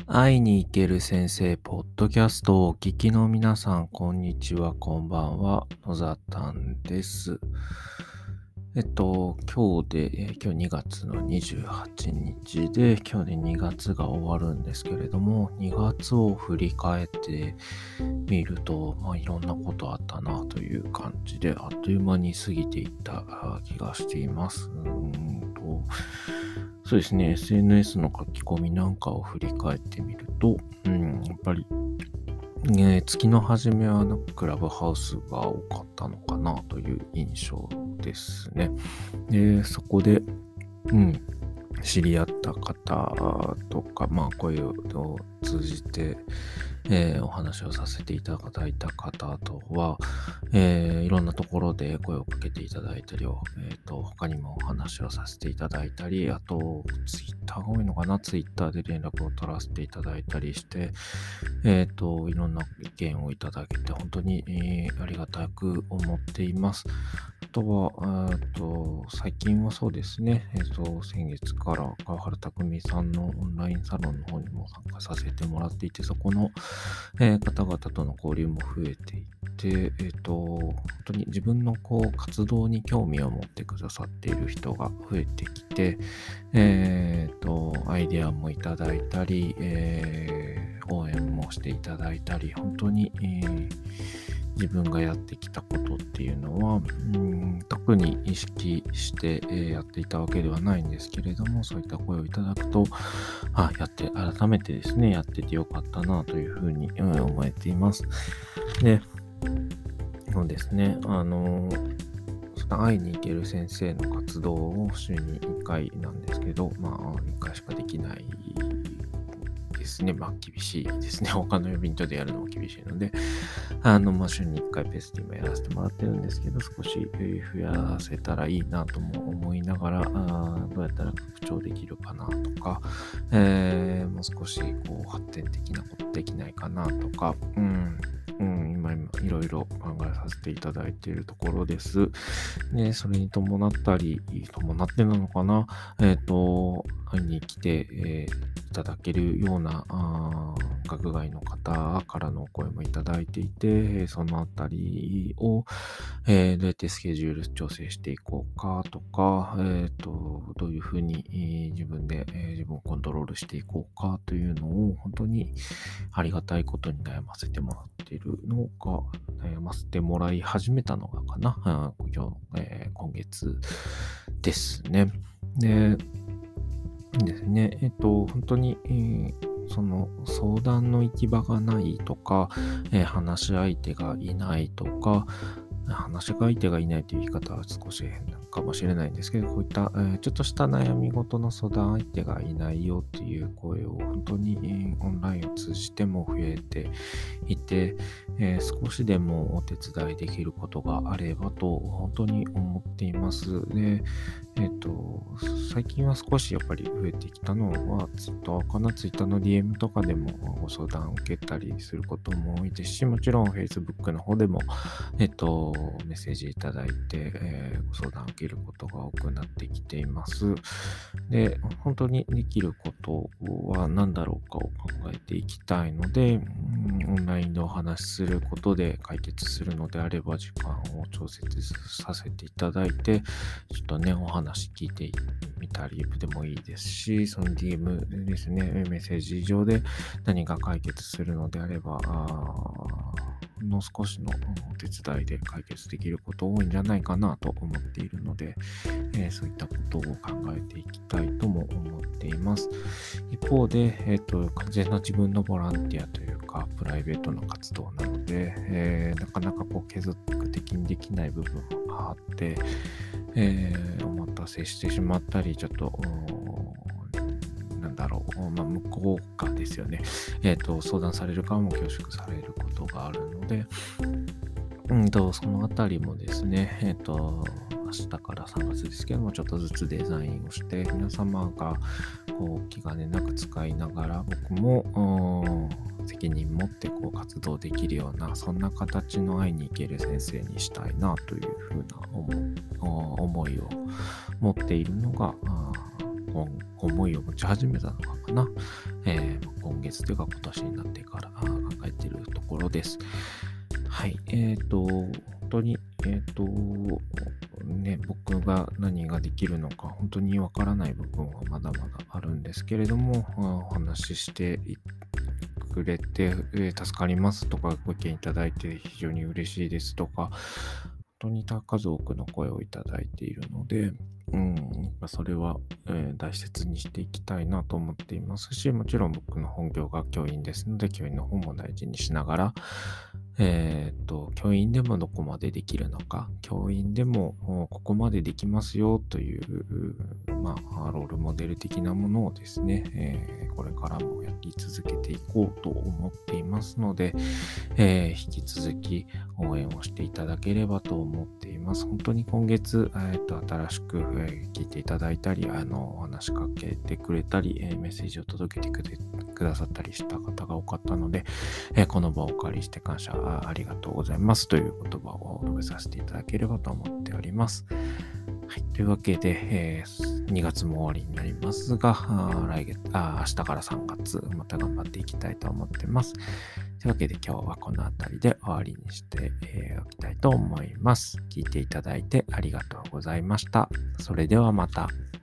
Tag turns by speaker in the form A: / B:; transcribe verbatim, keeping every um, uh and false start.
A: 会いに行ける先生、ポッドキャストをお聞きの皆さん、こんにちは、こんばんは、野ざたんです。えっと、今日で、えー今日にがつのにじゅうはちにちで、今日でにがつが終わるんですけれども、にがつを振り返ってみると、まあいろんなことあったなという感じで、あっという間に過ぎていったあー気がしています。うーんとそうですね、エスエヌエス の書き込みなんかを振り返ってみると、うん、やっぱり、ね、月の初めはなんかクラブハウスが多かったのかなという印象ですね。で、そこで、うん、知り合った方とか、まあ、声を通じて、えーお話をさせていただいた方とは、えーいろんなところで声をかけていただいたりを、えーと、他にもお話をさせていただいたり、あと、ツイッターが多いのかな、ツイッターで連絡を取らせていただいたりして、えっと、いろんな意見をいただけて、本当に、えーありがたく思っています。あとは、えっと、最近はそうですね、えっと、先月から川原匠さんのオンラインサロンの方にも参加させてもらっていて、そこの、えー方々との交流も増えていて、えっと、本当に自分のこう活動に興味を持ってくださっている人が増えてきて、えっと、アイデアもいただいたり、えー応援もしていただいたり、本当に、えー自分がやってきたことっていうのは、うん特に意識して、えーやっていたわけではないんですけれども、そういった声をいただくと、あ、やって、改めてですね、やっててよかったなというふうに、うん思えています。で、そうですね、あのその会いに行ける先生の活動を週にいっかいなんですけど、まあ、いっかいしかできないですね。まあ、厳しいですね。他の曜日にでやるのも厳しいので、あの、まあ、週にいっかいペースで今やらせてもらってるんですけど、少しえー増やせたらいいなとも思いながら、あーどうやったら拡張できるかなとか、えーもう少しこう発展的なことできないかなとか、うん、うん、今今いろいろ考えさせていただいているところです。で、それに伴ったり、伴ってなのかな、えっ、と、会いに来て、えーいただけるような、あー学外の方からのお声もいただいていて、えーそのあたりを、えーどうやってスケジュール調整していこうかとか、えっ、と、どういうふうに、えー自分で、えー自分をコントロールしていこうかというのを、本当にありがたいことに悩ませてもらっているのが、悩ませてもらい始めたのがかな、あー今日、えー今月ですね。で、ですね。えっと、本当に、えーその相談の行き場がないとか、えー話し相手がいないとか、話し相手がいないという言い方は少し変なかもしれないんですけど、こういった、えーちょっとした悩み事の相談相手がいないよっていう声を本当に、えーオンラインを通じても増えていて、えー少しでもお手伝いできることがあればと本当に思っています。で、えっと、最近は少しやっぱり増えてきたのは、ツイッターかな、ツイッターの ディーエム とかでもご相談を受けたりすることも多いですし、もちろん Facebook の方でも、えっと、メッセージいただいて、えーご相談を受けることが多くなってきています。で、本当にできることは何だろうかを考えていきたいので、うんオンラインでお話しすることで解決するのであれば、時間を調節させていただいて、ちょっとね、お話聞いてみたりでもいいですし、その ディーエム ですね、メッセージ上で何か解決するのであれば、あーもう少しのお手伝いで解決できること多いんじゃないかなと思っているので、えーそういったことを考えていきたいとも思っています。一方で、えっと、完全な自分のボランティアというか、プライベートな活動なので、えーなかなかこう継続的にできない部分があって、えーお待たせしてしまったり、ちょっと、おなんだろう、まあ、向こうがですよね、えっと、相談される側も恐縮されることがあるので、うんと、そのあたりもですね、えっと、明日からさんがつですけども、ちょっとずつデザインをして、皆様がこう気兼ねなく使いながら、僕もうん責任持ってこう活動できるような、そんな形の会いに行ける先生にしたいなというふうな思う思いを持っているのが、あー思思いを持ち始めたのかな。えー今月というか今年になってからあー考えているところです。はい。えっ、と、本当に、えっ、と、ね、僕が何ができるのか、本当にわからない部分はまだまだあるんですけれども、あーお話ししていくれて、えー助かりますとか、ご意見いただいて非常に嬉しいですとか、本当に数多くの声をいただいているので、うん、やっぱそれは、えー大切にしていきたいなと思っていますし、もちろん僕の本業が教員ですので、教員の方も大事にしながら、えーっと、教員でもどこまでできるのか、教員でもおここまでできますよという、まあ、ロールモデル的なものをですね、えーこれからもやり続けていこうと思っていますので、えー引き続き応援をしていただければと思っています。本当に今月、えーと新しく、えー聞いていただいたり、あの、お話しかけてくれたり、えーメッセージを届けてくれくださったりした方が多かったので、えーこの場をお借りして感謝あありがとうございますという言葉を述べさせていただければと思っております。はい。というわけで、えーにがつも終わりになりますが、あー来月あー、明日からさんがつ、また頑張っていきたいと思ってます。というわけで今日はこの辺りで終わりにしてえーおきたいと思います。聞いていただいてありがとうございました。それではまた。